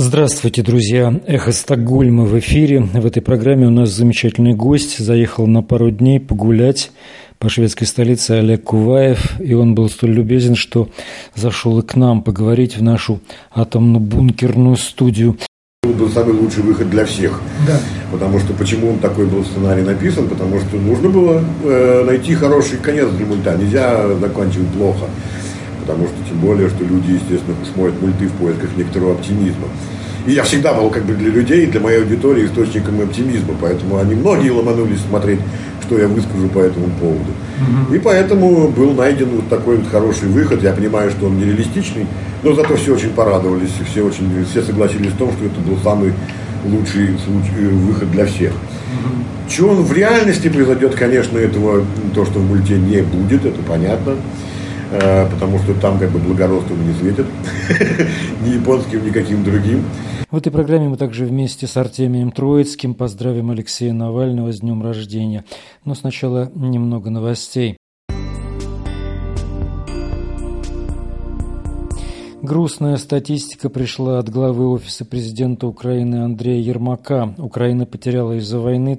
Здравствуйте, друзья! Эхо Стокгольма в эфире. В этой программе у нас замечательный гость. Заехал на пару дней погулять по шведской столице Олег Куваев. И он был столь любезен, что зашел и к нам поговорить в нашу атомно-бункерную студию. Это был самый лучший выход для всех. Да. Потому что почему он такой был сценарий написан? Потому что нужно было найти хороший конец для мульта. Нельзя заканчивать плохо. Потому что тем более, что люди, естественно, смотрят мульты в поисках некоторого оптимизма. И я всегда был как бы для людей, для моей аудитории источником оптимизма. Поэтому они многие ломанулись смотреть, что я выскажу по этому поводу. И поэтому был найден вот такой вот хороший выход. Я понимаю, что он нереалистичный, но зато все очень порадовались. И все согласились в том, что это был самый лучший выход для всех. Чего в реальности произойдет, конечно, этого, то, что в мульте не будет, это понятно. Потому что там как бы благородством не светит, ни японским, ни каким другим. В этой программе мы также вместе с Артемием Троицким поздравим Алексея Навального с днем рождения. Но сначала немного новостей. Грустная статистика пришла от главы Офиса президента Украины Андрея Ермака. Украина потеряла из-за войны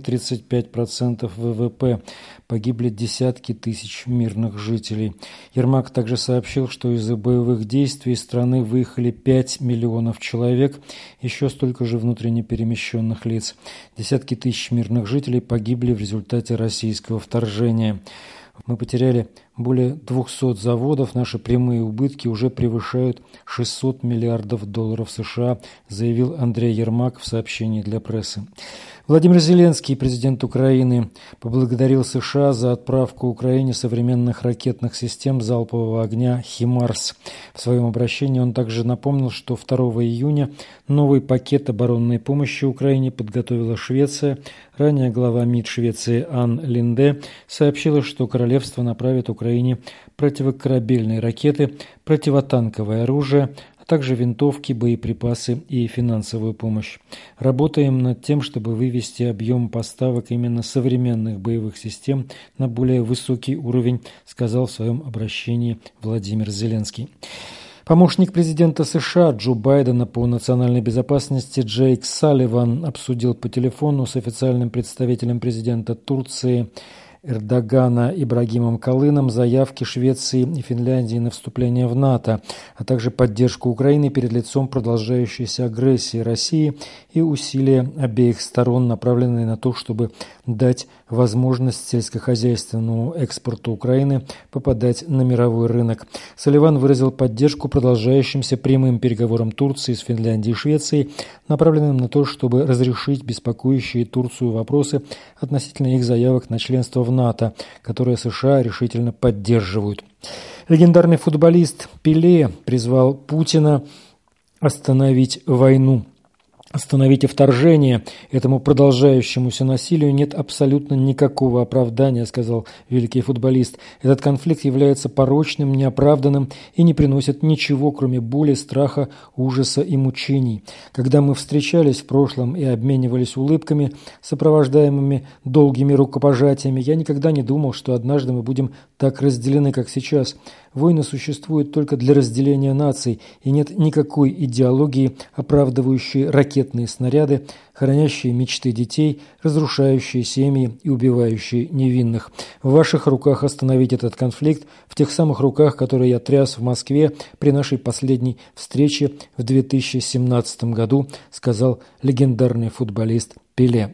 35% ВВП. Погибли десятки тысяч мирных жителей. Ермак также сообщил, что из-за боевых действий из страны выехали 5 миллионов человек, еще столько же внутренне перемещенных лиц. Десятки тысяч мирных жителей погибли в результате российского вторжения. Мы потеряли более 200 заводов, наши прямые убытки уже превышают $600 миллиардов США, заявил Андрей Ермак в сообщении для прессы. Владимир Зеленский, президент Украины, поблагодарил США за отправку Украине современных ракетных систем залпового огня «Химарс». В своем обращении он также напомнил, что 2 июня новый пакет оборонной помощи Украине подготовила Швеция. Ранее глава МИД Швеции Анн Линде сообщила, что королевство направит Украине противокорабельные ракеты, противотанковое оружие, а также винтовки, боеприпасы и финансовую помощь. Работаем над тем, чтобы вывести объем поставок именно современных боевых систем на более высокий уровень, сказал в своем обращении Владимир Зеленский. Помощник президента США Джо Байдена по национальной безопасности Джейк Салливан обсудил по телефону с официальным представителем президента Турции Эрдогана Ибрагимом Калыном заявки Швеции и Финляндии на вступление в НАТО, а также поддержку Украины перед лицом продолжающейся агрессии России и усилия обеих сторон, направленные на то, чтобы дать возможность сельскохозяйственному экспорту Украины попадать на мировой рынок. Салливан выразил поддержку продолжающимся прямым переговорам Турции с Финляндией и Швецией, направленным на то, чтобы разрешить беспокоящие Турцию вопросы относительно их заявок на членство в НАТО, которые США решительно поддерживают. Легендарный футболист Пеле призвал Путина остановить войну. «Остановите вторжение. Этому продолжающемуся насилию нет абсолютно никакого оправдания», — сказал великий футболист. «Этот конфликт является порочным, неоправданным и не приносит ничего, кроме боли, страха, ужаса и мучений. Когда мы встречались в прошлом и обменивались улыбками, сопровождаемыми долгими рукопожатиями, я никогда не думал, что однажды мы будем так разделены, как сейчас. Войны существуют только для разделения наций, и нет никакой идеологии, оправдывающей ракетные снаряды, хранящие мечты детей, разрушающие семьи и убивающие невинных. В ваших руках остановить этот конфликт, в тех самых руках, которые я тряс в Москве при нашей последней встрече в 2017 году», сказал легендарный футболист Пеле.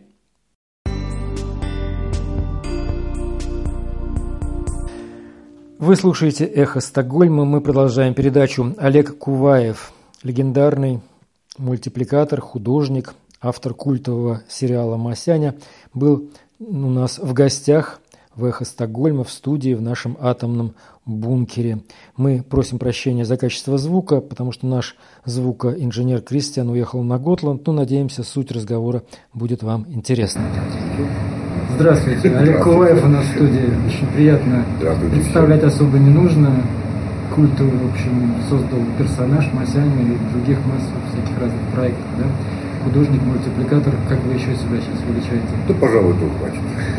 Вы слушаете «Эхо Стокгольма». Мы продолжаем передачу. Олег Куваев, легендарный мультипликатор, художник, автор культового сериала «Масяня», был у нас в гостях в «Эхо Стокгольма» в студии в нашем атомном бункере. Мы просим прощения за качество звука, потому что наш звукоинженер Кристиан уехал на Готланд, но надеемся, суть разговора будет вам интересна. Здравствуйте, Олег Куваев у нас в студии. Очень приятно. Представлять особо не нужно. Культовый, в общем, создал персонаж Масяня и других массовых всяких разных проектов, да? Художник, мультипликатор. Как вы еще себя сейчас величаете? Да, пожалуй, этого хватит.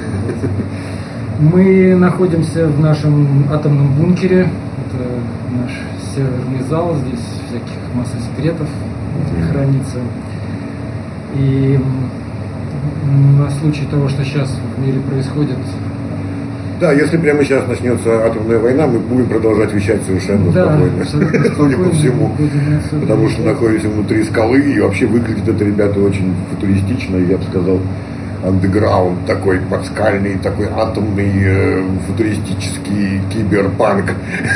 Мы находимся в нашем атомном бункере. Это наш серверный зал. Здесь всяких масса секретов. хранится. И на случай того, что сейчас в мире происходит... Да, если прямо сейчас начнется атомная война, мы будем продолжать вещать совершенно спокойно. Судя по всему. Потому что находимся внутри скалы, и вообще выглядит это, ребята, очень футуристично, я бы сказал, андеграунд такой подскальный, такой атомный, футуристический киберпанк.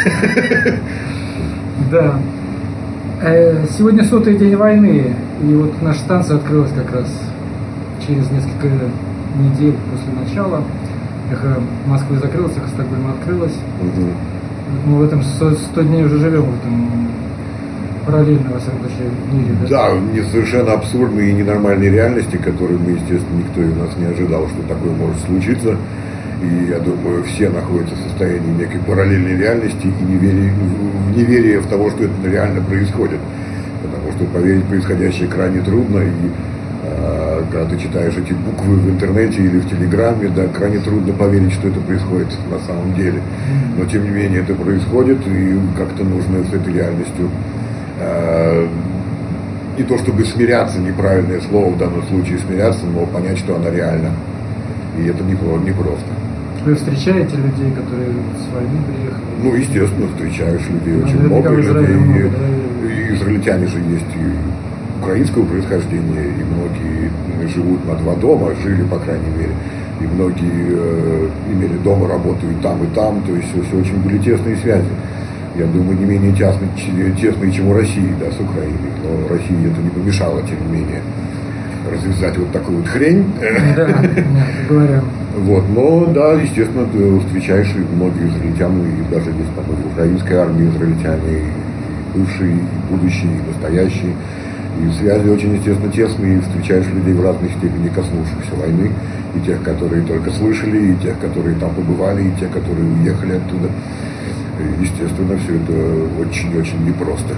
Да. Сегодня 100-й день войны, и вот наша станция открылась как раз через несколько недель после начала. Эхо Москвы закрылось, эхо Стокгольма открылось. Мы в этом 100 дней уже живем, в этом параллельно, во всяком случае, мире. Да, не совершенно абсурдной и ненормальной реальности, которую мы, естественно, никто из нас не ожидал, что такое может случиться. И я думаю, все находятся в состоянии некой параллельной реальности и неверия в того, что это реально происходит. Потому что поверить в происходящее крайне трудно, и когда ты читаешь эти буквы в интернете или в телеграме, да, крайне трудно поверить, что это происходит на самом деле. Но тем не менее это происходит, и как-то нужно с этой реальностью не то чтобы смиряться, неправильное слово в данном случае смиряться, но понять, что она реальна. И это не просто. Вы встречаете людей, которые с войны приехали? Ну, естественно, встречаешь людей, очень много людей. И израильтяне же есть и украинского происхождения, и многие живут на два дома, жили, по крайней мере, и многие имели дома, работают там и там, то есть все очень были тесные связи. Я думаю, не менее тесные, чем у России, да, с Украиной. Но России это не помешало, тем не менее, развязать вот такую вот хрень. Да, говоря. Вот, но да, естественно, ты встречаешь и многих израильтян, и даже есть там в украинской армии израильтяне, и бывшие, и будущие, и настоящие. И связи очень, естественно, тесные, и встречаешь людей в разной степени, коснувшихся войны, и тех, которые только слышали, и тех, которые там побывали, и тех, которые уехали оттуда. И, естественно, все это очень-очень непросто.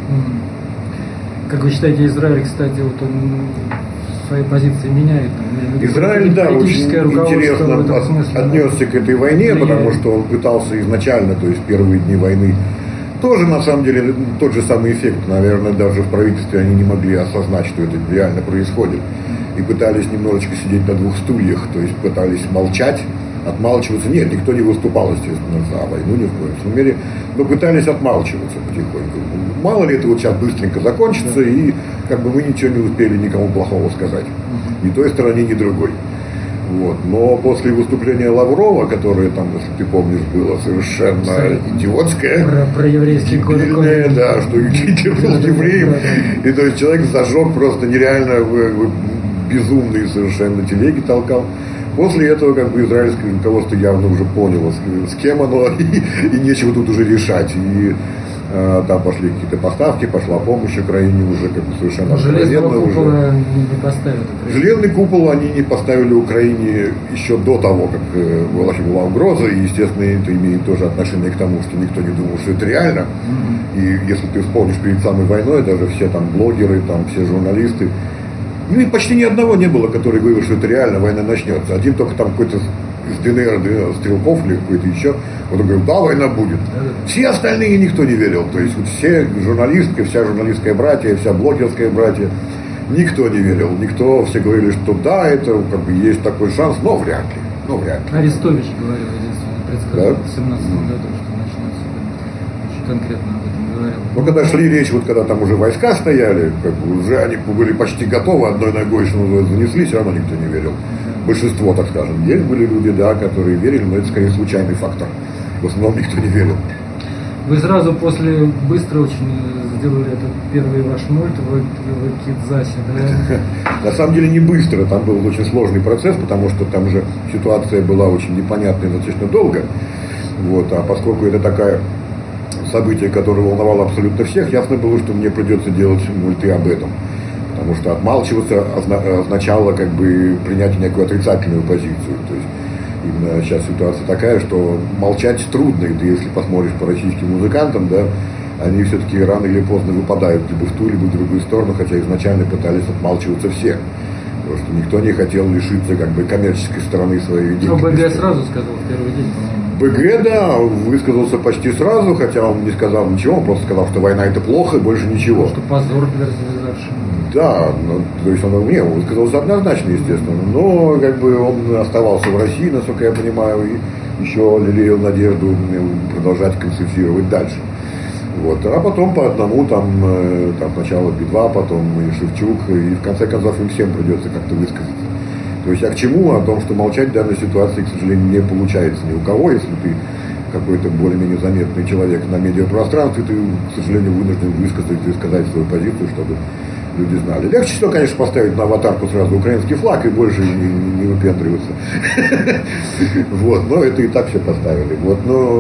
Как вы считаете, Израиль, кстати, вот он свои позиции меняет? Израиль, да, очень интересно отнесся к этой войне, потому что он пытался изначально, то есть первые дни войны, тоже на самом деле тот же самый эффект, наверное, даже в правительстве они не могли осознать, что это реально происходит, и пытались немножечко сидеть на двух стульях, то есть пытались молчать, отмалчиваться. Нет, никто не выступал, естественно, за войну ни в коем мере, но пытались отмалчиваться потихоньку. Мало ли это вот сейчас быстренько закончится, и как бы мы ничего не успели никому плохого сказать. Ни той стороне, ни другой. Вот. Но после выступления Лаврова, которое там, если ты помнишь, было совершенно идиотское, про еврейский кодекс, да, что Гитлер был евреем, и то есть человек зажег просто нереально безумные совершенно телеги толкал. После этого как бы израильское руководство явно уже поняло, с кем оно, и нечего тут уже решать. И там пошли какие-то поставки, пошла помощь Украине уже как бы совершенно откровенно. Купола не поставили. Железный купол они не поставили Украине еще до того, как была угроза, и, естественно, это имеет тоже отношение к тому, что никто не думал, что это реально. И если ты вспомнишь перед самой войной, даже все там блогеры, там все журналисты, ну и почти ни одного не было, который говорил, что это реально, война начнется. Один только там какой-то из ДНР Стрелков или какой-то еще, он говорил, да, война будет. Все остальные никто не верил. То есть вот все журналистки, вся журналистская братья, вся блогерская братья, никто не верил. Никто, все говорили, что да, это как бы есть такой шанс, но вряд ли. Арестович говорил, единственное, предсказал в 17 году, что начнется. Очень конкретно об этом говорил. Но когда шли речь, вот когда там уже войска стояли, как бы уже они были почти готовы, одной ногой, что называется, занесли, все равно никто не верил. Большинство, так скажем, есть были люди, да, которые верили, но это скорее случайный фактор. В основном никто не верил. Вы сразу после быстро очень сделали этот первый ваш мульт в Кидзасе, да? На самом деле не быстро, там был очень сложный процесс, потому что там же ситуация была очень непонятная достаточно долго. Вот, а поскольку это такое событие, которое волновало абсолютно всех, ясно было, что мне придется делать мульты об этом. Потому что отмалчиваться означало как бы принять некую отрицательную позицию. То есть именно сейчас ситуация такая, что молчать трудно. И ты, если посмотришь по российским музыкантам, да, они все-таки рано или поздно выпадают либо в ту, либо в другую сторону, хотя изначально пытались отмалчиваться все. Потому что никто не хотел лишиться как бы коммерческой стороны своей деятельности. ОБГ сразу сказал в первый день, по-моему. БГ, да, высказался почти сразу, хотя он не сказал ничего, он просто сказал, что война это плохо и больше ничего. Что позор для цивилизации. Да, ну, то есть он высказался однозначно, естественно, но как бы он оставался в России, насколько я понимаю, и еще лелеял надежду продолжать концентрировать дальше. Вот. А потом по одному, там сначала Би-2, потом и Шевчук, и в конце концов им всем придется как-то высказаться. То есть, а к чему? О том, что молчать в данной ситуации, к сожалению, не получается ни у кого. Если ты какой-то более-менее заметный человек на медиапространстве, ты, к сожалению, вынужден высказать и сказать свою позицию, чтобы люди знали. Легче всего, конечно, поставить на аватарку сразу украинский флаг и больше не выпендриваться. Вот, но это и так все поставили. Вот, но...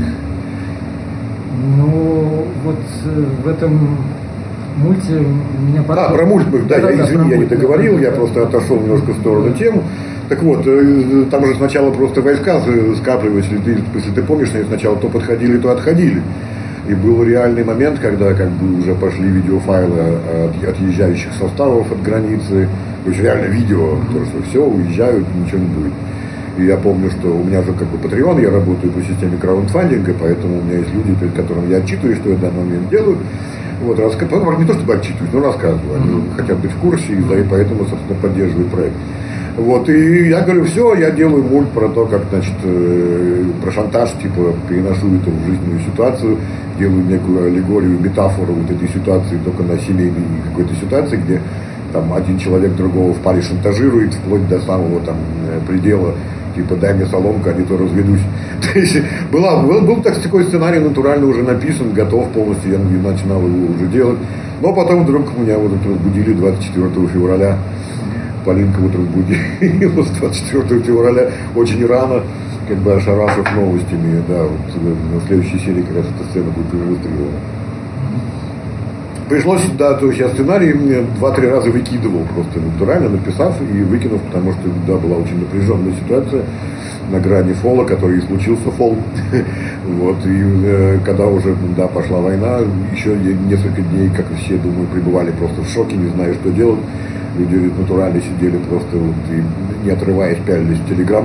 Ну, вот в этом мульте меня подходит. Про мульт, да, я не договорил, я просто отошел немножко в сторону тему. Так вот, там же сначала просто войска скапливались, если ты помнишь, они сначала то подходили, то отходили. И был реальный момент, когда как бы уже пошли видеофайлы отъезжающих составов от границы, то есть реально видео, то, что все, уезжают, ничего не будет. И я помню, что у меня же как бы Patreon, я работаю по системе краундфандинга, поэтому у меня есть люди, перед которыми я отчитываюсь, что я в данный момент делаю. Вот, не то чтобы отчитываюсь, но рассказываю. Они хотят быть в курсе, и поэтому, собственно, поддерживают проект. Вот, и я говорю, все, я делаю мульт про то, как, значит, про шантаж, типа, переношу это в жизненную ситуацию, делаю некую аллегорию, метафору вот этой ситуации, только на семейной какой-то ситуации, где там один человек другого в паре шантажирует, вплоть до самого там предела, типа, дай мне соломку, а не то разведусь. То есть был такой сценарий натурально уже написан, готов полностью, я начинал его уже делать. Но потом вдруг меня вот разбудили 24 февраля. Полинка вот разбудила с 24 февраля очень рано, как бы ошарашив новостями. Да, вот на следующей серии как раз эта сцена будет проиллюстрирована. Пришлось, да, то есть я сценарий мне 2-3 раза выкидывал, просто натурально написав и выкинув, потому что, да, была очень напряженная ситуация на грани фола, который и случился фол. Вот, и когда уже, да, пошла война, еще несколько дней, как и все, думаю, пребывали просто в шоке, не зная, что делать. Люди натурально сидели просто вот, и, не отрываясь, пялились в Телеграм,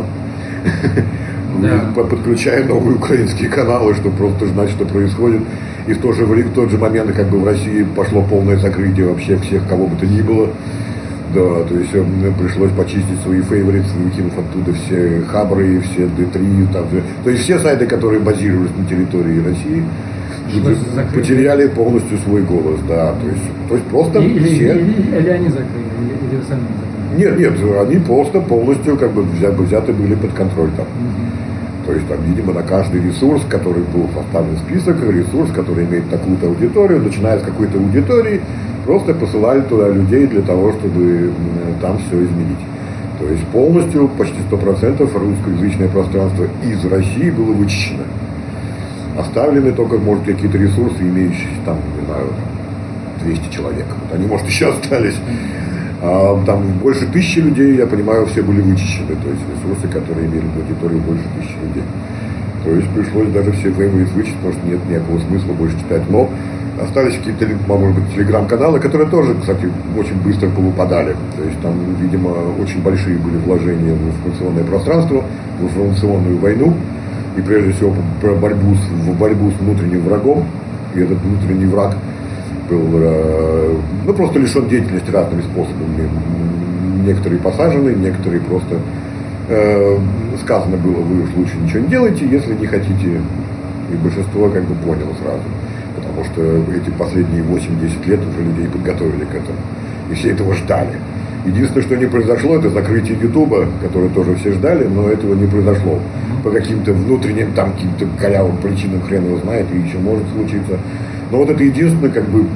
подключая новые украинские каналы, чтобы просто знать, что происходит. И в тот же момент, как бы в России пошло полное закрытие вообще всех, кого бы то ни было. Да, то есть пришлось почистить свои фейвориты, выкинув оттуда все хабры, все D3, там, то есть все сайты, которые базировались на территории России, потеряли полностью свой голос, да, то есть просто все... Или они закрыли, или сами закрыли? Нет, они просто полностью как бы взяты были под контроль там. То есть там, видимо, на каждый ресурс, который был составлен список, ресурс, который имеет такую-то аудиторию, начиная с какой-то аудитории, просто посылали туда людей для того, чтобы там все изменить. То есть полностью, почти 100% русскоязычное пространство из России было вычищено. Оставлены только, может, какие-то ресурсы, имеющиеся там, не знаю, 200 человек. Вот они, может, еще остались. А там больше 1000 людей, я понимаю, все были вычищены. То есть ресурсы, которые имели в аудиторию больше 1000 людей. То есть пришлось даже все фейвориты вычистить, потому что нет никакого смысла больше читать. Но остались какие-то, может быть, телеграм-каналы, которые тоже, кстати, очень быстро повыпадали. То есть там, видимо, очень большие были вложения в информационное пространство, в информационную войну. И прежде всего в борьбу с внутренним врагом. И этот внутренний враг был просто лишен деятельности разными способами. Некоторые посажены, некоторые просто сказано было, вы уж лучше ничего не делайте, если не хотите. И большинство как бы поняло сразу. Потому что эти последние 8-10 лет уже людей подготовили к этому. И все этого ждали. Единственное, что не произошло, это закрытие Ютуба, которое тоже все ждали, но этого не произошло. По каким-то внутренним, там, каким-то корявым причинам, хрен его знает, и еще может случиться. Но вот это единственное, как бы,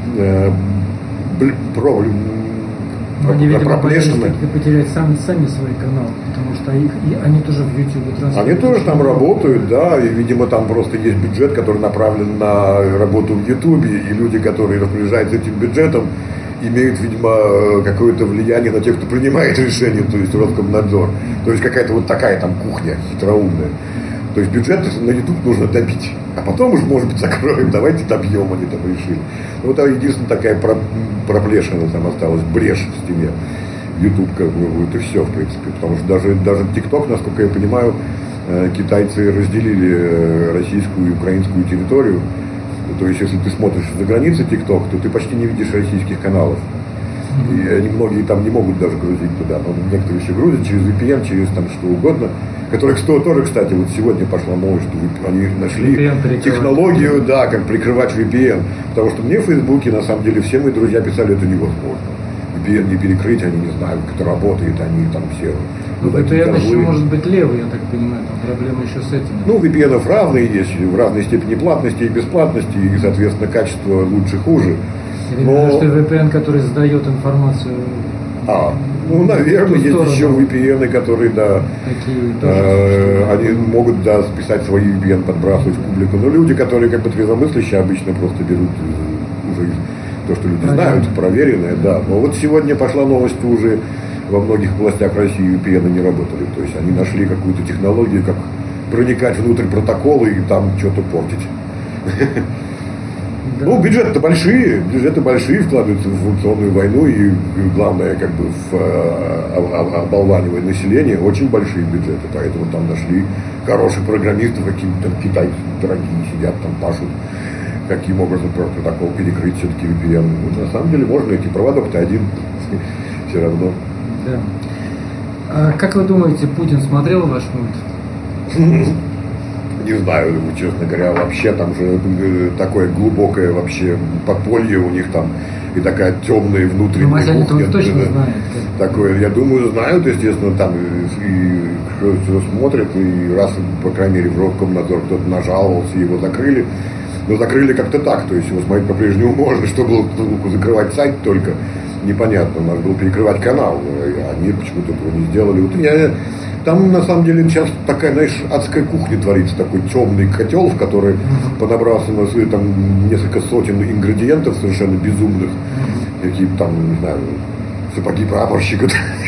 они, видимо, боялись потерять сами свой канал, потому что они тоже в YouTube транслируют. Они тоже там работают, да, и, видимо, там просто есть бюджет, который направлен на работу в YouTube, и люди, которые распоряжаются этим бюджетом, имеют, видимо, какое-то влияние на тех, кто принимает решения, то есть Роскомнадзор. То есть какая-то вот такая там кухня хитроумная. То есть бюджет на YouTube нужно добить. А потом уж, может быть, закроем, давайте добьем, они там решили. Вот это единственная такая проплешина там осталась, брешь в стене. YouTube как бы вот и все, в принципе. Потому что даже TikTok, насколько я понимаю, китайцы разделили российскую и украинскую территорию. То есть, если ты смотришь за границей ТикТок, то ты почти не видишь российских каналов. И они многие там не могут даже грузить туда. Но некоторые еще грузят через VPN, через там что угодно. Которые тоже, кстати, вот сегодня пошла новость, что они нашли технологию, да, как прикрывать VPN. Потому что мне в Фейсбуке, на самом деле, все мои друзья писали, это невозможно. VPN не перекрыть, они не знают, как это работает, они там все. Ну, VPN еще может быть левый, я так понимаю, там проблема еще с этим. Ну, VPN разные есть, в разной степени платности и бесплатности, и, соответственно, качество лучше-хуже. Но... что VPN, который сдает информацию. Ну, наверное, есть еще VPN, которые, да, они могут, да, списать свои VPN, подбрасывать в публику. Но люди, которые как бы трезвомыслящие, обычно просто берут уже то, что люди знают, проверенное, да. Но вот сегодня пошла новость, что уже во многих областях России VPN не работали. То есть они нашли какую-то технологию, как проникать внутрь протокола и там что-то портить. Да. Ну, бюджеты большие, вкладываются в информационную войну и, главное, как бы в оболванивание населения, очень большие бюджеты, поэтому там нашли хороших программистов, какие-то там китайцы дорогие сидят, там пашут, каким образом протокол перекрыть все-таки VPN. Ну, на самом деле можно найти, проводок-то один все равно. Да. А как вы думаете, Путин смотрел ваш мульт? Не знаю, честно говоря, вообще там же такое глубокое вообще подполье у них там и такая темная внутренняя кухня. Точно знает. Такое, я думаю, знают, естественно, там и кто смотрит, и раз, по крайней мере, в Роскомнадзор кто-то нажаловался, его закрыли. Но закрыли как-то так, то есть его смотреть по-прежнему можно, что было закрывать сайт только, непонятно, надо было перекрывать канал, а они почему-то этого не сделали. Вот там, на самом деле, сейчас такая, знаешь, адская кухня творится, такой темный котел, в который понабрасывано там несколько сотен ингредиентов совершенно безумных, какие-то там, не знаю, сапоги прапорщика,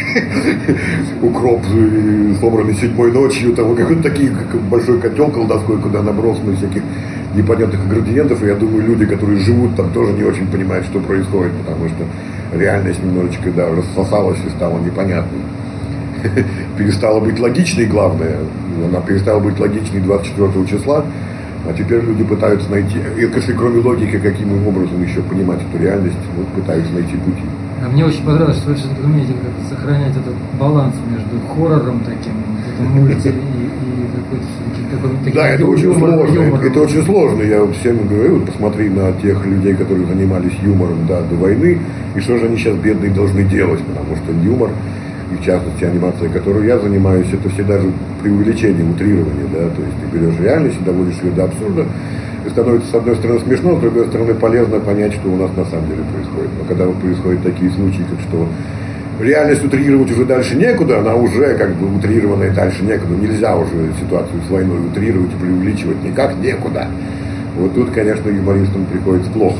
укроп, собранный 7-й ночью, там какой-то такой большой котел колдовской, куда набросано всяких непонятных ингредиентов, и я думаю, люди, которые живут там, тоже не очень понимают, что происходит, потому что реальность немножечко, да, рассосалась и стала непонятной. Перестала быть логичной, главное. Она перестала быть логичной 24 числа, а теперь люди пытаются найти, и, конечно, кроме логики, каким образом еще понимать эту реальность, вот, пытаются найти пути. А мне очень понравилось, что вы все-таки умеете как-то сохранять этот баланс между хоррором таким, мульти и какой-то... Да, это очень сложно. Это очень сложно. Я всем говорю, вот посмотри на тех людей, которые занимались юмором, да, до войны, и что же они сейчас, бедные, должны делать, потому что юмор, и в частности анимация, которой я занимаюсь, это всегда же преувеличение, утрирование, да, то есть ты берешь реальность и доводишь ее до абсурда, и становится с одной стороны смешно, с другой стороны полезно понять, что у нас на самом деле происходит. Но когда вот происходят такие случаи, как что реальность утрировать уже дальше некуда, она уже как бы утрированная дальше некуда, нельзя уже ситуацию с войной утрировать и преувеличивать никак некуда. Вот тут, конечно, юмористам приходится плохо.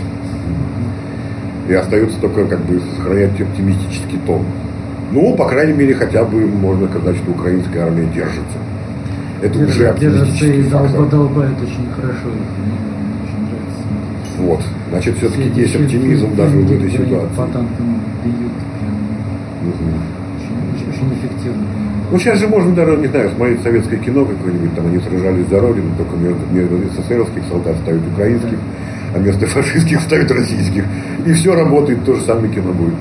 И остается только как бы сохранять оптимистический тон. Ну, по крайней мере, хотя бы можно сказать, что украинская армия держится. Это уже оптимистический фактор. Долбает очень хорошо. Мне очень нравится. Вот. Значит, все-таки есть оптимизм даже в этой ситуации. По танкам бьют. Очень эффективно. Ну, сейчас же можно даже, не знаю, смотреть советское кино какое-нибудь, там они сражались за Родину, только вместо СССРских солдат ставят украинских, а вместо фашистских ставят российских. И все работает, то же самое кино будет.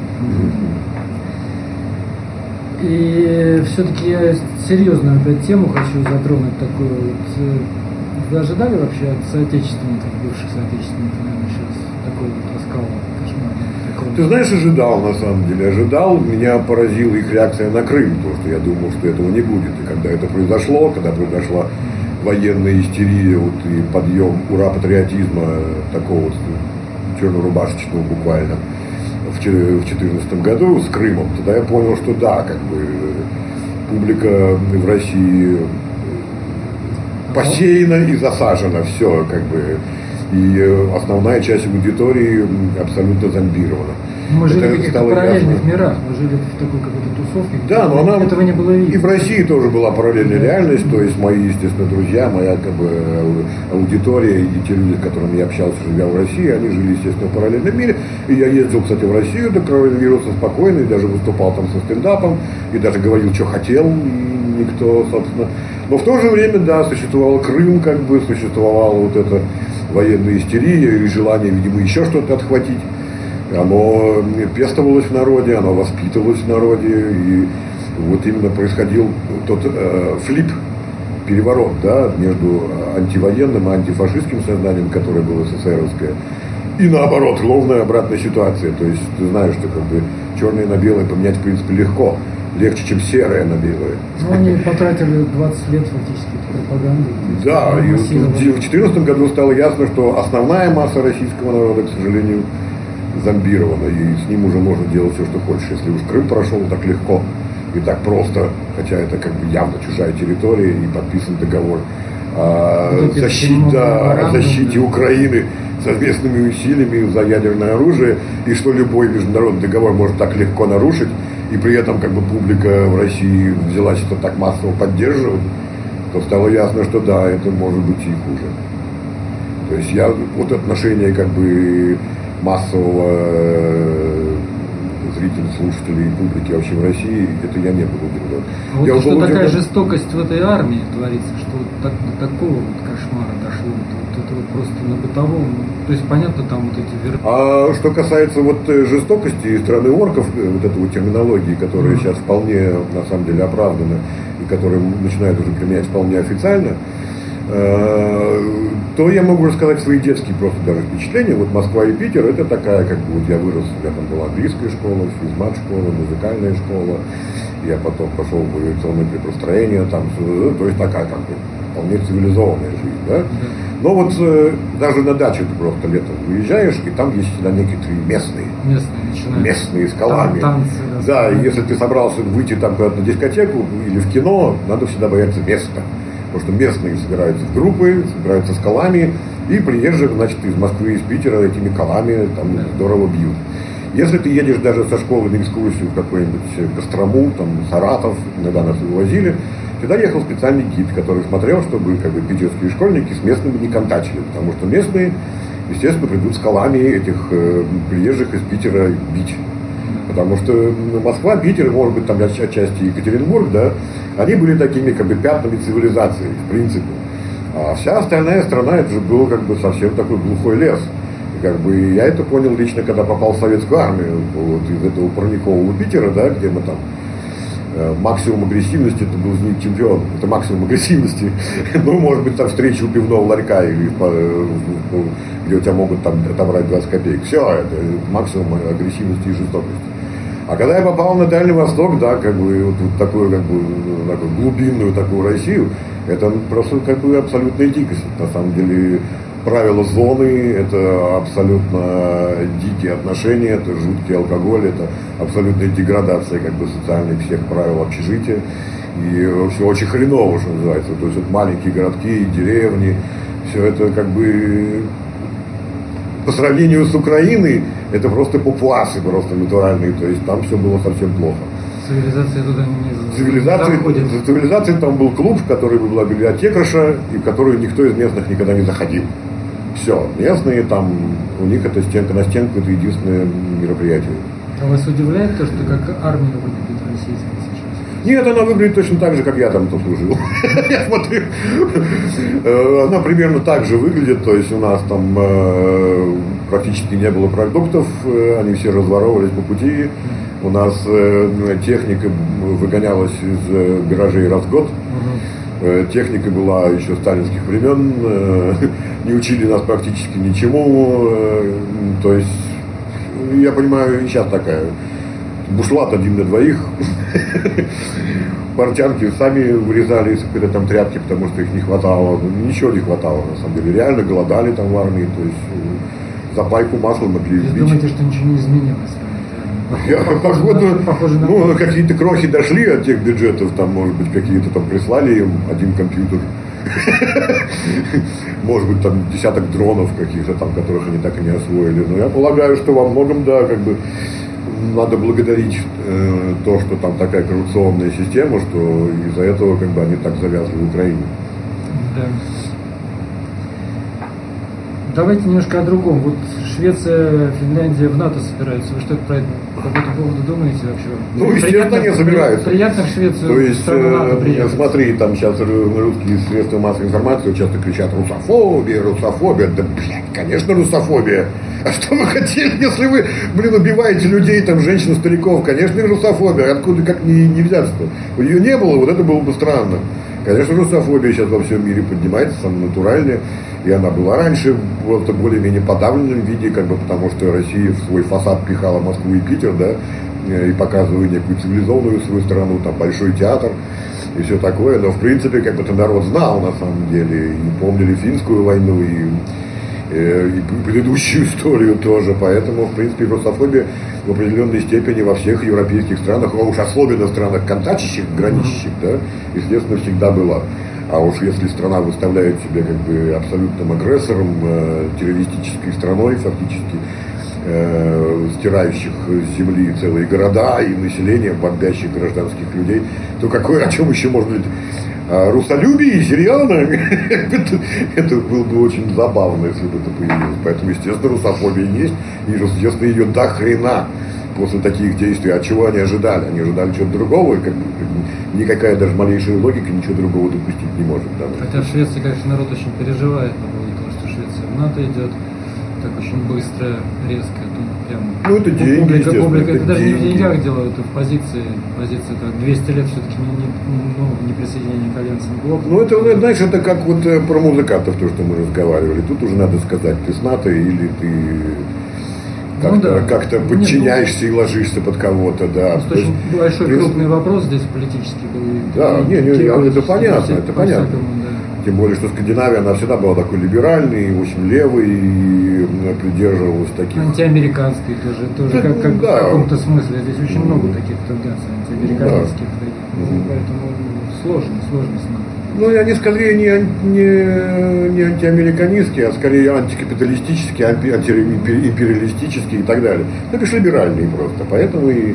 И все-таки я серьезную опять тему хочу затронуть такую вот. Вы ожидали вообще от соотечественников, бывших соотечественников, наверное, сейчас такой вот раскол кошмарный? Ты знаешь, ожидал, на самом деле, ожидал. Меня поразила их реакция на Крым, потому что я думал, что этого не будет. И когда это произошло, когда произошла военная истерия вот, и подъем ура-патриотизма такого вот чернорубашечного буквально, в 2014 году с Крымом, тогда я понял, что да, как бы публика в России посеяна и засажена, все, как бы, и основная часть аудитории абсолютно зомбирована. Мы жили в каких-то параллельных мирах, мы жили в такой какой-то тусовке, да, но она, этого не было видно. И в России тоже была параллельная реальность, то есть мои, естественно, друзья, моя как бы аудитория и те люди, с которыми я общался, живя в России, они жили, естественно, в параллельном мире. И я ездил, кстати, в Россию до коронавируса спокойно, и даже выступал там со стендапом, и даже говорил, что хотел, и никто, собственно... Но в то же время, да, существовал Крым, как бы, существовала вот эта военная истерия и желание, видимо, еще что-то отхватить. Оно пестовалось в народе, оно воспитывалось в народе, и вот именно происходил тот флип, переворот, да, между антивоенным и антифашистским сознанием, которое было СССРовское, и наоборот, ровная обратная ситуация. То есть ты знаешь, что как бы черное на белое поменять в принципе легко, легче, чем серое на белое. Ну, они потратили 20 лет фактически пропаганды. Да, и в 2014 году стало ясно, что основная масса российского народа, к сожалению, зомбирована, и с ним уже можно делать все, что хочешь. Если уж Крым прошел так легко и так просто, хотя это как бы явно чужая территория и подписан договор о защите Украины совместными усилиями за ядерное оружие, и что любой международный договор может так легко нарушить, и при этом как бы публика в России взялась это так массово поддерживать, то стало ясно, что да, это может быть и хуже. То есть я вот отношение как бы массового зрителей, слушателей и публики вообще в России, это я не был удивлен. А вот что такая жестокость в этой армии творится, что вот до такого вот кошмара дошло, вот это вот просто на бытовом, то есть понятно там вот эти А что касается вот жестокости стороны орков, вот этой вот терминологии, которая сейчас вполне на самом деле оправдана и которую начинают уже применять вполне официально, то я могу рассказать свои детские просто даже впечатления. Вот Москва и Питер, это такая, как бы вот я вырос, у меня там была английская школа, физмат-школа, музыкальная школа, я потом пошел в авиационное приборостроение, там, то есть такая как бы вполне цивилизованная жизнь, да? Но вот даже на дачу ты просто летом выезжаешь, и там есть всегда некоторые местные с колами. Танцы, да, и если ты собрался выйти там куда-то на дискотеку или в кино, надо всегда бояться места. Потому что местные собираются в группы, собираются с колами, и приезжих, значит, из Москвы, из Питера этими колами там здорово бьют. Если ты едешь даже со школы на экскурсию в какой-нибудь Кострому, там, Саратов, иногда нас вывозили, всегда ехал специальный гид, который смотрел, чтобы как бы питерские школьники с местными не контачили, потому что местные, естественно, придут с колами этих приезжих из Питера бить. Потому что Москва, Питер, может быть, там отчасти Екатеринбург, да, они были такими как бы пятнами цивилизации, в принципе. А вся остальная страна, это же был как бы совсем такой глухой лес. И как бы я это понял лично, когда попал в советскую армию, вот из этого парникового Питера, да, где мы там максимум агрессивности, это был «Зенит чемпион», это максимум агрессивности. Ну, может быть, там встреча у пивного ларька, или где у тебя могут там отобрать 20 копеек. Все, это максимум агрессивности и жестокости. А когда я попал на Дальний Восток, да, как бы вот такую, как бы, такую глубинную такую Россию, это просто как бы абсолютная дикость. На самом деле правила зоны, это абсолютно дикие отношения, это жуткий алкоголь, это абсолютная деградация как бы социальных всех правил общежития. И все очень хреново, что называется. То есть вот маленькие городки, деревни, все это как бы по сравнению с Украиной, это просто папуасы просто натуральные, то есть там все было совсем плохо. Цивилизация туда не заходит. Цивилизация, там был клуб, в который была библиотекарша, и в который никто из местных никогда не заходил. Все, местные там, у них это стенка на стенку, это единственное мероприятие. А вас удивляет то, что как армия выглядит российская сейчас? Нет, она выглядит точно так же, как я там служил. Я смотрю, она примерно так же выглядит, то есть у нас там практически не было продуктов, они все разворовывались по пути. У нас техника выгонялась из гаражей раз в год. Техника была еще сталинских времен. Не учили нас практически ничему. То есть, я понимаю, и сейчас такая. Бушлат один на двоих. Портянки сами вырезали из какой-то там тряпки, потому что их не хватало. Ничего не хватало, на самом деле. Реально голодали там в армии. То есть, за пайку масла могли избить. Вы думаете, что ничего не изменилось? Ну, какие-то крохи дошли от тех бюджетов, там, может быть, какие-то там прислали им один компьютер. Может быть, там десяток дронов каких-то там, которых они так и не освоили. Но я полагаю, что во многом, да, как бы надо благодарить то, что там такая коррупционная система, что из-за этого как бы они так завязли в Украине. Да. Давайте немножко о другом. Вот Швеция, Финляндия в НАТО собираются. Вы что про это по этому поводу думаете вообще? Ну, естественно, не собираются. Приятно в Швецию. То есть, смотри, там сейчас русские средства массовой информации часто кричат русофобия, русофобия. Да, блядь, конечно, русофобия. А что вы хотели, если вы, убиваете людей, там, женщин, стариков? Конечно, русофобия. Откуда, как не взяться-то? Ее не было, вот это было бы странно. Конечно, русофобия сейчас во всем мире поднимается, самое натуральное. И она была раньше в более-менее подавленном виде, потому что Россия в свой фасад пихала Москву и Питер, да, и показывая некую цивилизованную свою страну, там большой театр и все такое. Но в принципе, это народ знал на самом деле, и помнили финскую войну, и предыдущую историю тоже. Поэтому, в принципе, русофобия в определенной степени во всех европейских странах, а уж особенно в странах контачащих, граничащих, да, естественно, всегда была. А уж если страна выставляет себя абсолютным агрессором, террористической страной, фактически стирающих с земли целые города и население, бомбящих гражданских людей, то о чем еще можно говорить? О русолюбии, серьезно? Это было бы очень забавно, если бы это появилось. Поэтому, естественно, русофобия есть, и, естественно, ее до хрена после таких действий. А чего они ожидали? Они ожидали чего-то другого, и никакая даже малейшая логика ничего другого допустить не может. Да? Хотя в Швеции, конечно, народ очень переживает по поводу того, что Швеция в НАТО идет, так очень быстро, резко. Ну, это деньги, публика, это даже не в деньгах дело, это в позиции это 200 лет все-таки не присоединение к альянсам блока. Ну, это, знаешь, это как про музыкантов, то, что мы разговаривали. Тут уже надо сказать, ты с НАТО или ты как-то подчиняешься и ложишься под кого-то, да. Это очень большой, крупный вопрос здесь политический был. Да, это понятно, это понятно. Тем более, что Скандинавия, она всегда была такой либеральной, очень левой, и придерживалась таких... Антиамериканской тоже как в каком-то смысле. Здесь очень много таких тенденций антиамериканских. Поэтому сложно с нами. Ну, они скорее не антиамериканистские, а скорее антикапиталистические, антиимпериалистические и так далее. Ну, бишь либеральные просто. Поэтому и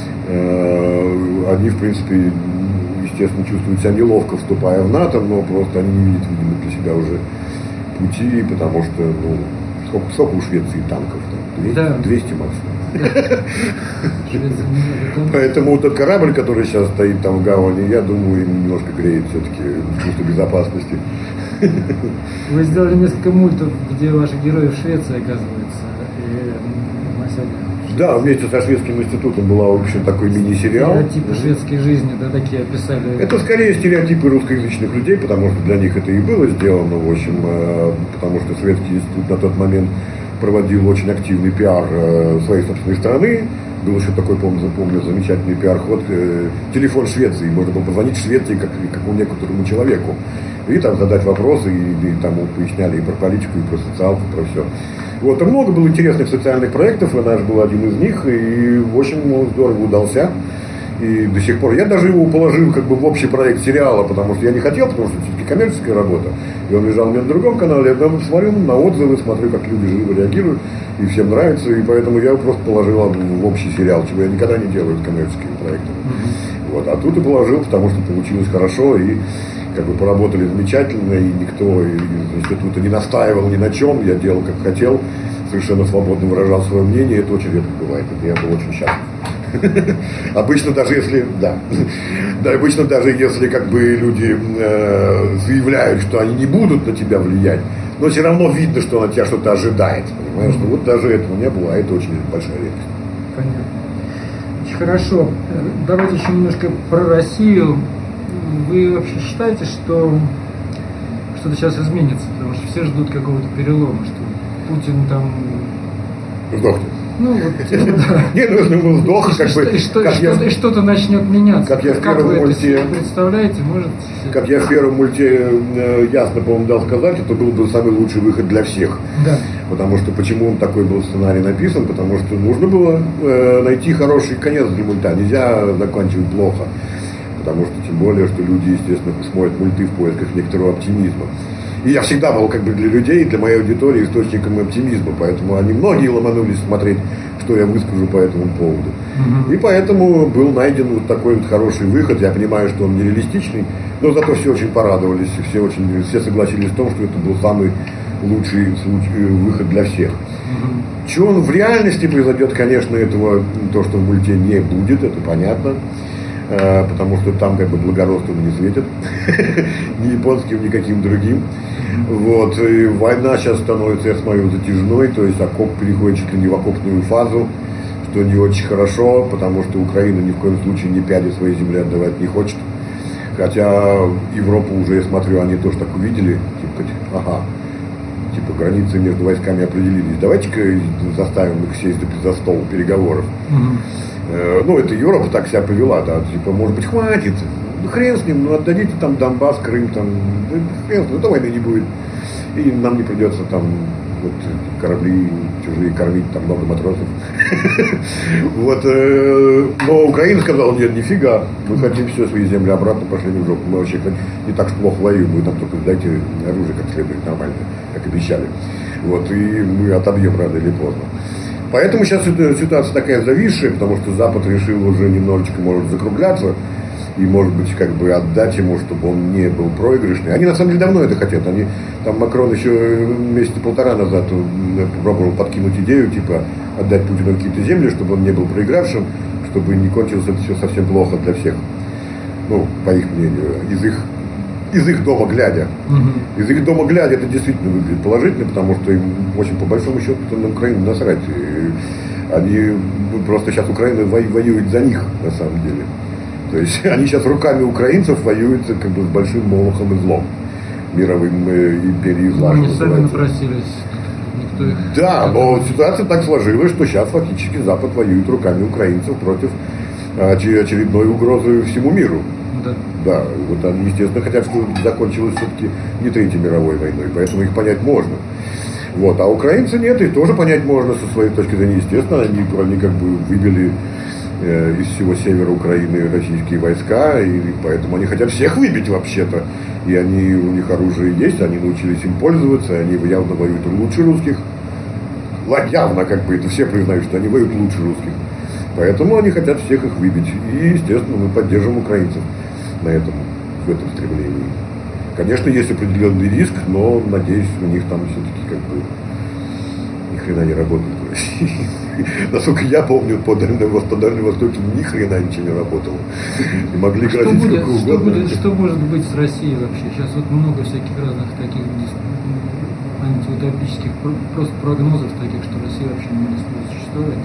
они, в принципе, естественно, чувствуют себя неловко, вступая в НАТО, но просто они не видят, видимо, для себя уже пути, потому что, сколько у Швеции танков? Там? 200 максимум. Поэтому вот этот корабль, который сейчас стоит там в гавани, я думаю, им немножко греет все-таки чувство безопасности. Вы сделали несколько мультов, где ваши герои в Швеции, оказывается, Да, вместе со Шведским институтом была, в общем, такой мини-сериал. Стереотипы шведской жизни, да, такие описали. Это скорее стереотипы русскоязычных людей, потому что для них это и было сделано, в общем, потому что Шведский институт на тот момент проводил очень активный пиар своей собственной страны. Был еще такой, помню, замечательный пиар-ход, телефон Швеции, можно было позвонить в Швеции как некоторому человеку. И там задать вопросы, и там поясняли и про политику, и про социалку, про все. Вот, и много было интересных социальных проектов, и наш был один из них, и очень здорово удался. И до сих пор, я даже его положил в общий проект сериала, потому что я не хотел, потому что это все-таки коммерческая работа. И он лежал у меня на другом канале, я там смотрю на отзывы, смотрю, как люди живо реагируют, и всем нравится, и поэтому я его просто положил в общий сериал, чего я никогда не делаю с коммерческими проектами. Вот, а тут и положил, потому что получилось хорошо, и поработали замечательно, и никто из института не настаивал ни на чем, я делал как хотел, совершенно свободно выражал свое мнение, это очень редко бывает, это я был очень счастлив. Обычно даже если, люди заявляют, что они не будут на тебя влиять, но все равно видно, что на тебя что-то ожидает, понимаешь? Ну, вот даже этого не было, а это очень большая редкость. Понятно. Очень хорошо. Давайте еще немножко про Россию. Вы вообще считаете, что что-то сейчас изменится? Потому что все ждут какого-то перелома, что Путин там... Сдохнет. Ну, вот, да. Нет, ну, если он сдох, и что-то начнет меняться. Как вы это себе представляете? Может... Как я в первом мульте ясно, по-моему, дал сказать, это был бы самый лучший выход для всех. Да. Потому что, почему он такой был сценарий написан? Потому что нужно было найти хороший конец для мульта. Нельзя заканчивать плохо. Потому что, тем более, что люди, естественно, смотрят мульты в поисках некоторого оптимизма. И я всегда был для людей, для моей аудитории источником оптимизма. Поэтому они многие ломанулись смотреть, что я выскажу по этому поводу. И поэтому был найден вот такой вот хороший выход. Я понимаю, что он нереалистичный, но зато все очень порадовались. Все согласились в том, что это был самый лучший выход для всех. Чего он в реальности произойдет, конечно, этого, то, что в мульте не будет, это понятно. Потому что там как бы благородством не светит ни японским, ни каким другим. Вот. И война сейчас становится, я смотрю, затяжной, то есть окоп переходит чуть ли не в окопную фазу, что не очень хорошо, потому что Украина ни в коем случае ни пяди своей земли отдавать не хочет. Хотя Европу уже, я смотрю, они тоже так увидели, типа границы между войсками определились, давайте-ка заставим их сесть за стол переговоров. Ну, это Европа так себя повела, да, типа, может быть, хватит, ну, хрен с ним, ну, отдадите там Донбасс, Крым, там, да, хрен с ним, то войны не будет, и нам не придется там, вот, корабли чужие кормить, там, много матросов. Вот, но Украина сказала, нет, нифига, мы хотим все свои земли обратно, пошли в жопу, мы вообще не так что плохо воюем, вы нам только дайте оружие как следует, нормально, как обещали, вот, и мы отобьем рано или поздно. Поэтому сейчас ситуация такая зависшая, потому что Запад решил уже немножечко, может, закругляться и, может быть, как бы отдать ему, чтобы он не был проигрышный. Они, на самом деле, давно это хотят. Они, там Макрон еще месяца полтора назад пробовал подкинуть идею, типа, отдать Путину какие-то земли, чтобы он не был проигравшим, чтобы не кончилось это все совсем плохо для всех. Ну, по их мнению, из их дома глядя. Из их дома глядя это действительно выглядит положительно, потому что им очень по большому счету на Украину насрать. И они просто сейчас Украина воюет за них на самом деле. То есть они сейчас руками украинцев воюют как бы с большим молохом и злом. Мировым империей зла. Они сами напросились. Никто их... Да, но ситуация так сложилась, что сейчас фактически Запад воюет руками украинцев против очередной угрозы всему миру. Да, вот они, естественно, хотят, чтобы закончилась все-таки не Третьей мировой войной, поэтому их понять можно. Вот, а украинцы нет, их тоже понять можно со своей точки зрения. Естественно, они как бы выбили из всего севера Украины российские войска, и поэтому они хотят всех выбить вообще-то. И у них оружие есть, они научились им пользоваться, они явно воюют лучше русских. Явно, как бы, это все признают, что они воюют лучше русских. Поэтому они хотят всех их выбить. И, естественно, мы поддержим украинцев в этом стремлении. Конечно, есть определенный риск, но, надеюсь, у них там все-таки как бы ни хрена не работает в России. Насколько я помню, по Дальнему Востоке ни хрена ничего не работало. И могли грозить сколько угодно. Что может быть с Россией вообще? Сейчас вот много всяких разных таких антиутопических просто прогнозов таких, что Россия вообще не будет существовать.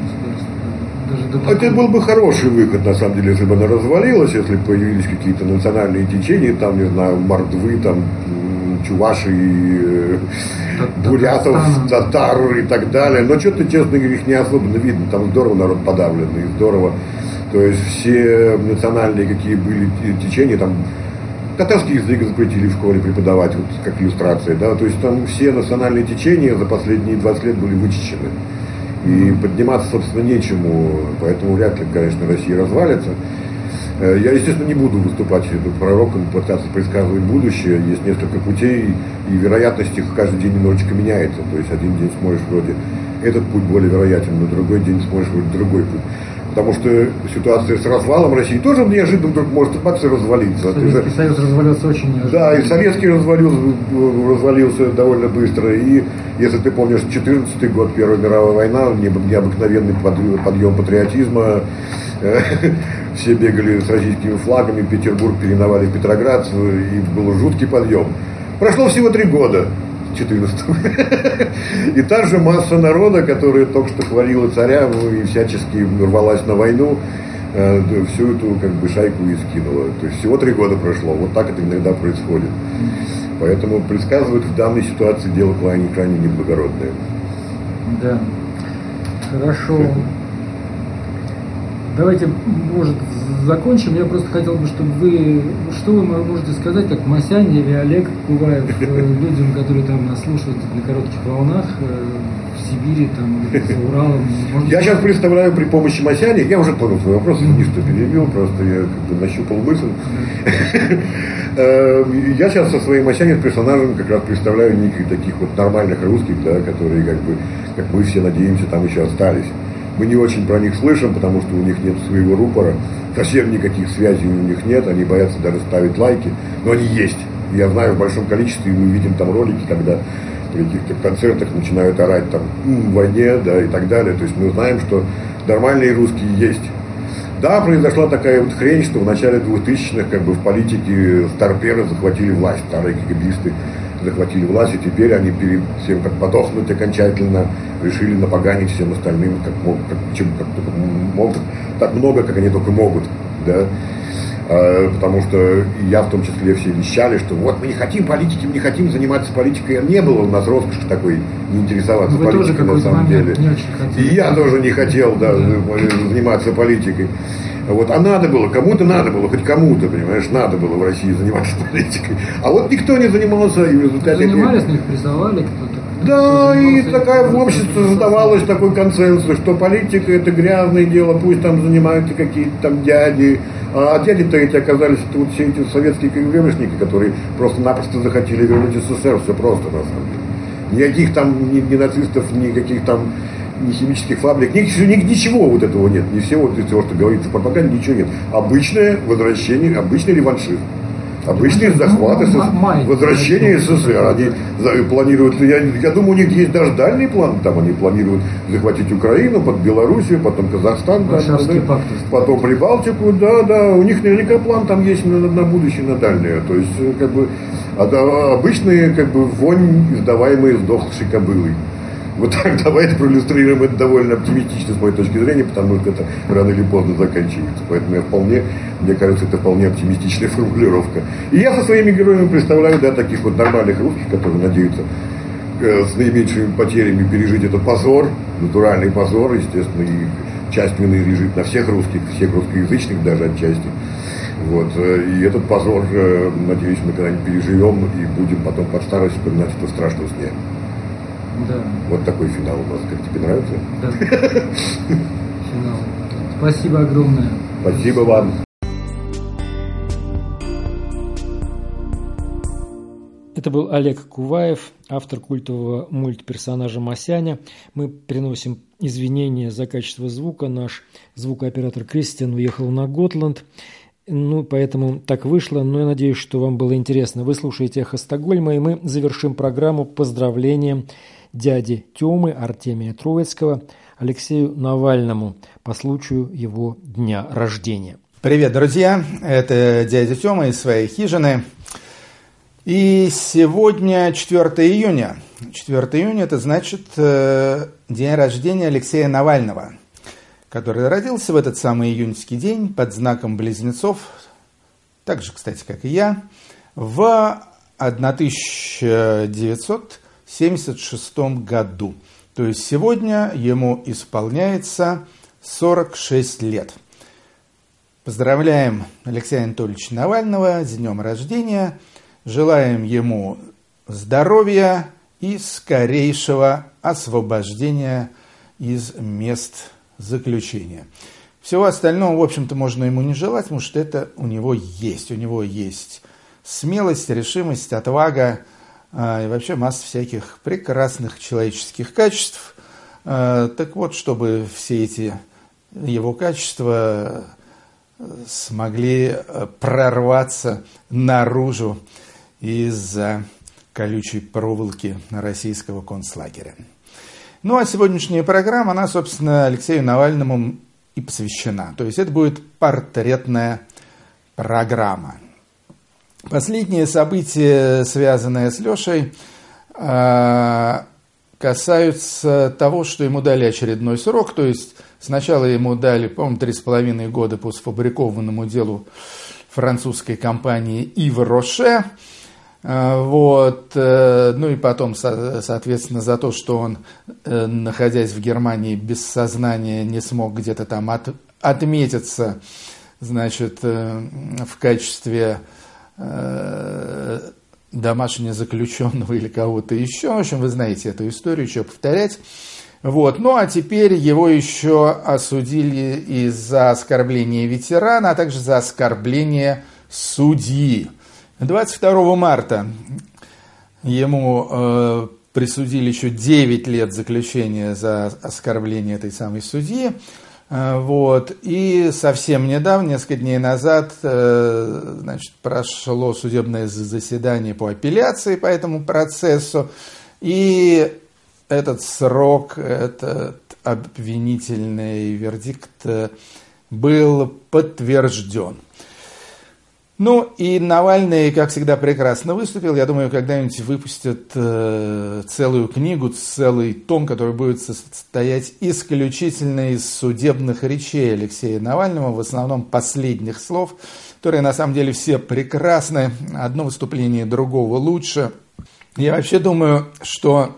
Это был бы хороший выход, на самом деле, если бы она развалилась, если бы появились какие-то национальные течения, там, не знаю, мордвы, там, чуваши, бурятов, татар и так далее. Но что-то, честно говоря, их не особенно видно. Там здорово народ подавленный, здорово. То есть все национальные какие были течения, там, татарский язык запретили в школе преподавать, вот как иллюстрация, да, то есть там все национальные течения за последние 20 лет были вычищены. И подниматься, собственно, нечему, поэтому вряд ли, конечно, Россия развалится. Я, естественно, не буду выступать пророком, пытаться предсказывать будущее. Есть несколько путей, и вероятность их каждый день немножечко меняется. То есть один день смотришь вроде этот путь более вероятен, на другой день смотришь вроде другой путь. Потому что ситуация с развалом России тоже неожиданно вдруг может развалиться. Советский Союз развалился очень неожиданно. Да, и Советский развалился довольно быстро. И если ты помнишь, 14-й год, Первая мировая война, необыкновенный подъем патриотизма. Все бегали с российскими флагами, Петербург переименовали в Петроград, и был жуткий подъем. Прошло всего 3 года. 14-го. И та же масса народа, которая только что хвалила царя и всячески рвалась на войну, всю эту как бы шайку и скинула. То есть всего 3 года прошло. Вот так это иногда происходит. Поэтому предсказывать в данной ситуации дело крайне неблагородное. Да. Хорошо. Давайте, может, закончим. Я просто хотел бы, чтобы что вы можете сказать, как Масянь или Олег Куваев, людям, которые там нас слушают на коротких волнах, в Сибири, там, за Уралом. Я сейчас представляю при помощи Масяни, я уже понял свой вопрос, извини, что перебил, просто я как бы нащупал мысль. Я сейчас со своим Масянем персонажем как раз представляю неких таких вот нормальных русских, да, которые как бы, как мы все надеемся, там еще остались. Мы не очень про них слышим, потому что у них нет своего рупора, совсем никаких связей у них нет, они боятся даже ставить лайки, но они есть. Я знаю в большом количестве, и мы видим там ролики, когда при каких-то концертах начинают орать там в войне, да, и так далее. То есть мы знаем, что нормальные русские есть. Да, произошла такая вот хрень, что в начале 2000-х как бы в политике старперы захватили власть, старые КГБисты захватили власть, и теперь они перед всем как подохнуть окончательно решили напоганить всем остальным как могут, так много, как они только могут, да. Потому что я в том числе все вещали, что вот мы не хотим политики, мы не хотим заниматься политикой. Не было у нас роскоши такой не интересоваться политикой на самом деле. И я тоже не хотел, да, заниматься политикой. Вот, а надо было, кому-то надо было, хоть кому-то, понимаешь, надо было в России заниматься политикой. А вот никто не занимался, и в результате... Занимались, но их призывали кто-то. Да, и такая в обществе создавалось такой консенсус, что политика это грязное дело, пусть там занимаются какие-то там дяди. А дяди-то эти оказались это вот все эти советские КГБшники, которые просто-напросто захотели вернуть СССР, все просто на самом деле. Никаких там ни нацистов, никаких там ни химических фабрик, ничего вот этого нет. Не всего, что говорится в пропаганде, ничего нет. Обычное возвращение, обычный реваншизм. Обычный захват СССР, возвращение СССР. Они планируют, я думаю, у них есть даже дальний план. Там они планируют захватить Украину, под Белоруссию, потом Казахстан, потом Прибалтику. Да, у них наверняка план там есть на будущее, на дальнее. То есть, как бы, обычные, как бы, вонь, издаваемые сдохшей кобылой. Вот так, давайте проиллюстрируем это довольно оптимистично с моей точки зрения, потому что это рано или поздно заканчивается. Поэтому мне кажется, это вполне оптимистичная формулировка. И я со своими героями представляю, да, таких вот нормальных русских, которые надеются с наименьшими потерями пережить этот позор, натуральный позор, естественно, и часть вины лежит на всех русских, всех русскоязычных даже отчасти. Вот. И этот позор, надеюсь, мы когда-нибудь переживем и будем потом под старость вспоминать это страшно сне. Да. Вот такой финал у нас. Как тебе нравится? Да. Финал. Спасибо огромное. Спасибо вам. Это был Олег Куваев, автор культового мультперсонажа Масяня. Мы приносим извинения за качество звука. Наш звукооператор Кристиан уехал на Готланд. Поэтому так вышло. Но я надеюсь, что вам было интересно. Вы слушаете «Эхо Стокгольма», и мы завершим программу поздравлением дяди Тёмы Артемия Троицкого Алексею Навальному по случаю его дня рождения. Привет, друзья! Это дядя Тёма из своей хижины. И сегодня 4 июня. 4 июня – это значит день рождения Алексея Навального, который родился в этот самый июньский день под знаком близнецов, так же, кстати, как и я, в 1976 году. То есть сегодня ему исполняется 46 лет. Поздравляем Алексея Анатольевича Навального с днем рождения. Желаем ему здоровья и скорейшего освобождения из мест заключения. Всего остального, в общем-то, можно ему не желать, потому что это у него есть. У него есть смелость, решимость, отвага и вообще масса всяких прекрасных человеческих качеств. Так вот, чтобы все эти его качества смогли прорваться наружу из-за колючей проволоки российского концлагеря. Ну, а сегодняшняя программа, она, собственно, Алексею Навальному и посвящена. То есть это будет портретная программа. Последние события, связанные с Лешей, касаются того, что ему дали очередной срок. То есть сначала ему дали, по-моему, 3,5 года по сфабрикованному делу французской компании Ив Роше. Вот. Ну и потом, соответственно, за то, что он, находясь в Германии без сознания, не смог где-то там отметиться, значит, в качестве домашнего заключенного или кого-то еще. В общем, вы знаете эту историю, еще повторять. Вот. Ну а теперь его еще осудили и за оскорбление ветерана, а также за оскорбление судьи. 22 марта ему присудили еще 9 лет заключения за оскорбление этой самой судьи. Вот. И совсем недавно, несколько дней назад, значит, прошло судебное заседание по апелляции по этому процессу. И этот срок, этот обвинительный вердикт был подтвержден. Ну и Навальный, как всегда, прекрасно выступил. Я думаю, когда-нибудь выпустят целую книгу, целый том, который будет состоять исключительно из судебных речей Алексея Навального, в основном последних слов, которые на самом деле все прекрасны. Одно выступление другого лучше. Я вообще думаю, что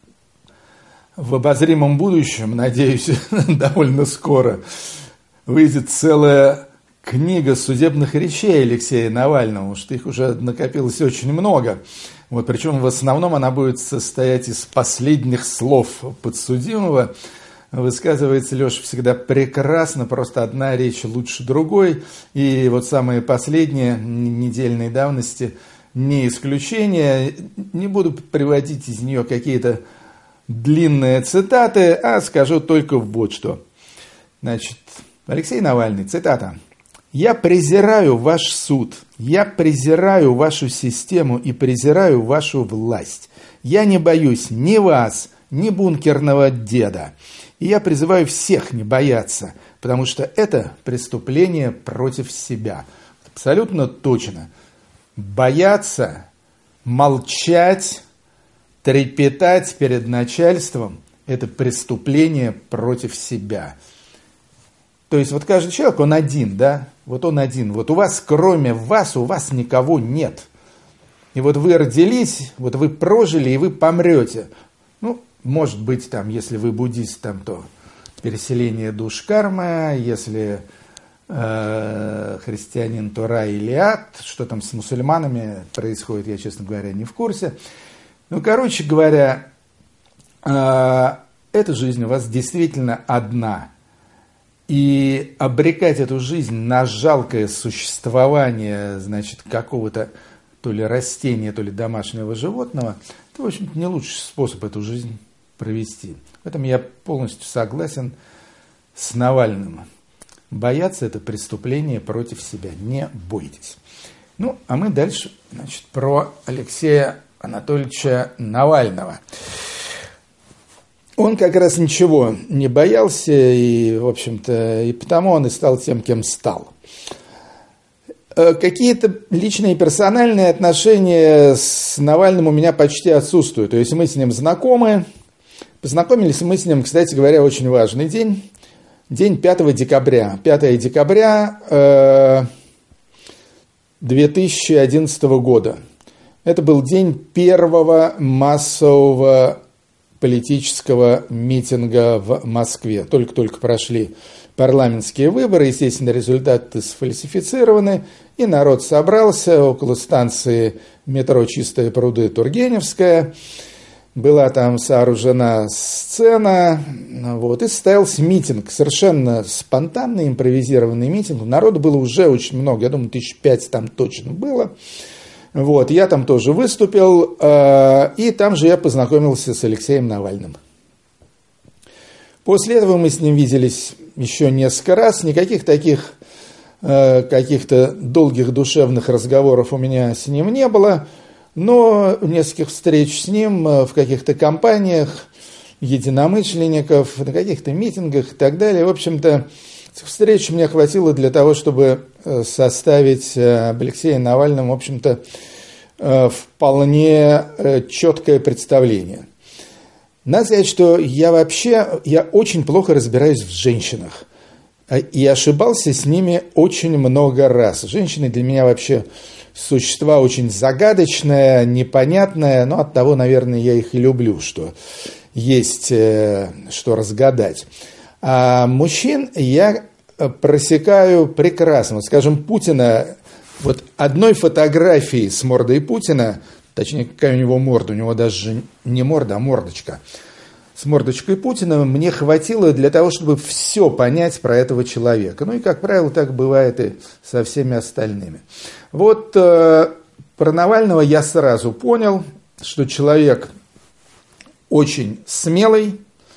в обозримом будущем, надеюсь, довольно скоро, выйдет целая книга судебных речей Алексея Навального, потому что их уже накопилось очень много. Вот, причем в основном она будет состоять из последних слов подсудимого. Высказывается Леша всегда прекрасно, просто одна речь лучше другой. И вот самые последние, недельной давности, не исключение. Не буду приводить из нее какие-то длинные цитаты, а скажу только вот что. Значит, Алексей Навальный, цитата. «Я презираю ваш суд, я презираю вашу систему и презираю вашу власть. Я не боюсь ни вас, ни бункерного деда. И я призываю всех не бояться, потому что это преступление против себя». Абсолютно точно. Бояться, молчать, трепетать перед начальством – это преступление против себя. То есть вот каждый человек, он один, да? Вот он один. Вот у вас, кроме вас, у вас никого нет. И вот вы родились, вот вы прожили, и вы помрете. Ну, может быть, там, если вы буддист, там, то переселение душ карма, если христианин, то рай или ад. Что там с мусульманами происходит, я, честно говоря, не в курсе. Ну, короче говоря, эта жизнь у вас действительно одна. И обрекать эту жизнь на жалкое существование, значит, какого-то то ли растения, то ли домашнего животного, это, в общем-то, не лучший способ эту жизнь провести. В этом я полностью согласен с Навальным. Бояться – это преступление против себя. Не бойтесь. Ну, а мы дальше, значит, про Алексея Анатольевича Навального. Он как раз ничего не боялся, и, в общем-то, и потому он и стал тем, кем стал. Какие-то личные персональные отношения с Навальным у меня почти отсутствуют. То есть мы с ним знакомы. Познакомились мы с ним, кстати говоря, очень важный день. День 5 декабря. 5 декабря 2011 года. Это был день первого массового политического митинга в Москве. Только-только прошли парламентские выборы, естественно, результаты сфальсифицированы, и народ собрался около станции метро «Чистые пруды» Тургеневская. Была там сооружена сцена, вот, и состоялся митинг, совершенно спонтанный, импровизированный митинг. Народу было уже очень много, я думаю, 5 там точно было. Вот, я там тоже выступил, и там же я познакомился с Алексеем Навальным. После этого мы с ним виделись еще несколько раз, никаких таких каких-то долгих душевных разговоров у меня с ним не было, но нескольких встреч с ним в каких-то компаниях единомышленников, на каких-то митингах и так далее. В общем-то, этих встреч мне хватило для того, чтобы составить об Алексее Навальном, в общем-то, вполне четкое представление. Надо сказать, что я очень плохо разбираюсь в женщинах. И ошибался с ними очень много раз. Женщины для меня вообще существа очень загадочные, непонятные, но оттого, наверное, я их и люблю, что есть что разгадать. А мужчин я просекаю прекрасно. Вот, скажем, Путина, вот одной фотографии с мордой Путина, точнее, какая у него морда, у него даже не морда, а мордочка, с мордочкой Путина мне хватило для того, чтобы все понять про этого человека. Ну и, как правило, так бывает и со всеми остальными. Вот про Навального я сразу понял, что человек очень смелый,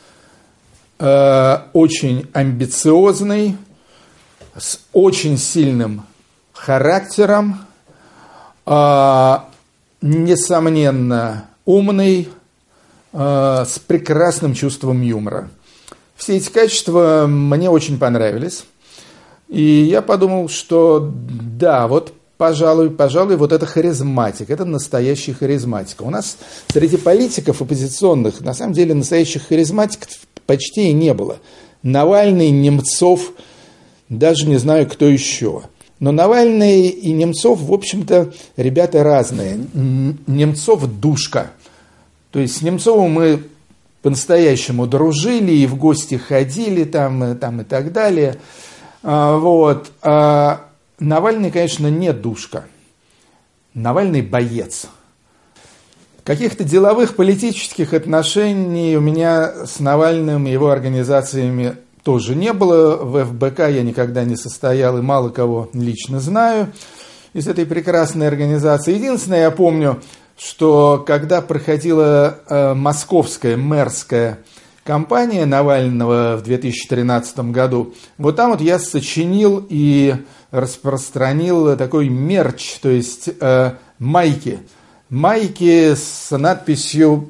очень амбициозный, с очень сильным характером, несомненно умный, с прекрасным чувством юмора. Все эти качества мне очень понравились. И я подумал, что да, вот, пожалуй, вот это харизматик, это настоящий харизматик. У нас среди политиков оппозиционных, на самом деле, настоящих харизматиков почти и не было. Навальный, Немцов, даже не знаю, кто еще. Но Навальный и Немцов, в общем-то, ребята разные. Немцов душка. То есть с Немцовым мы по-настоящему дружили и в гости ходили там и так далее. Вот. А Навальный, конечно, не душка. Навальный боец. Каких-то деловых, политических отношений у меня с Навальным и его организациями тоже не было. В ФБК я никогда не состоял и мало кого лично знаю из этой прекрасной организации. Единственное, я помню, что когда проходила московская мэрская кампания Навального в 2013 году, вот там вот я сочинил и распространил такой мерч, то есть майки. Майки с надписью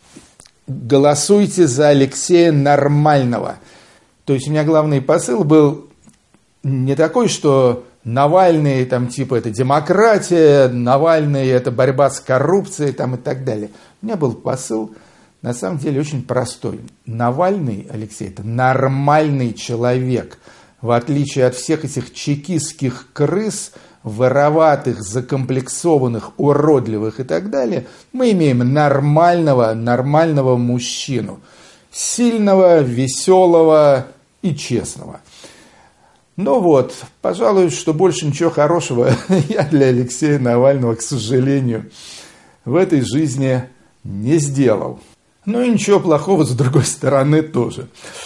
«Голосуйте за Алексея Нормального». То есть у меня главный посыл был не такой, что Навальный там типа это демократия, Навальный это борьба с коррупцией там и так далее. У меня был посыл на самом деле очень простой. Навальный, Алексей, это нормальный человек. В отличие от всех этих чекистских крыс, вороватых, закомплексованных, уродливых и так далее, мы имеем нормального мужчину. Сильного, веселого и честного. Ну вот, пожалуй, что больше ничего хорошего я для Алексея Навального, к сожалению, в этой жизни не сделал. Ну и ничего плохого, с другой стороны, тоже.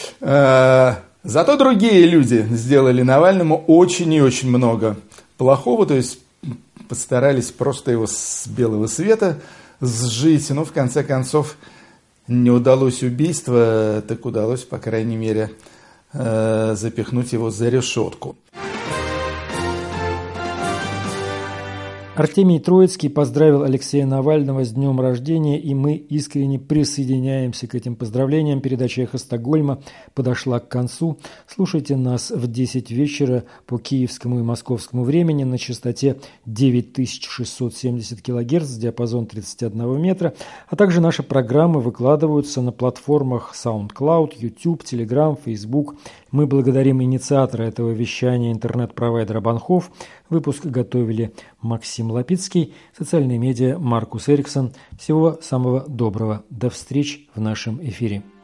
Зато другие люди сделали Навальному очень и очень много плохого, то есть постарались просто его с белого света сжить. Но в конце концов не удалось убийство, так удалось, по крайней мере, запихнуть его за решетку. Артемий Троицкий поздравил Алексея Навального с днем рождения, и мы искренне присоединяемся к этим поздравлениям. Передача «Эхо Стокгольма» подошла к концу. Слушайте нас в 10 вечера по киевскому и московскому времени на частоте 9670 кГц, диапазон 31 метра, а также наши программы выкладываются на платформах SoundCloud, YouTube, Telegram, Facebook. Мы благодарим инициатора этого вещания, интернет-провайдера Банхоф. Выпуск готовили Максим Лапицкий, социальные медиа Маркус Эриксон. Всего самого доброго. До встречи в нашем эфире.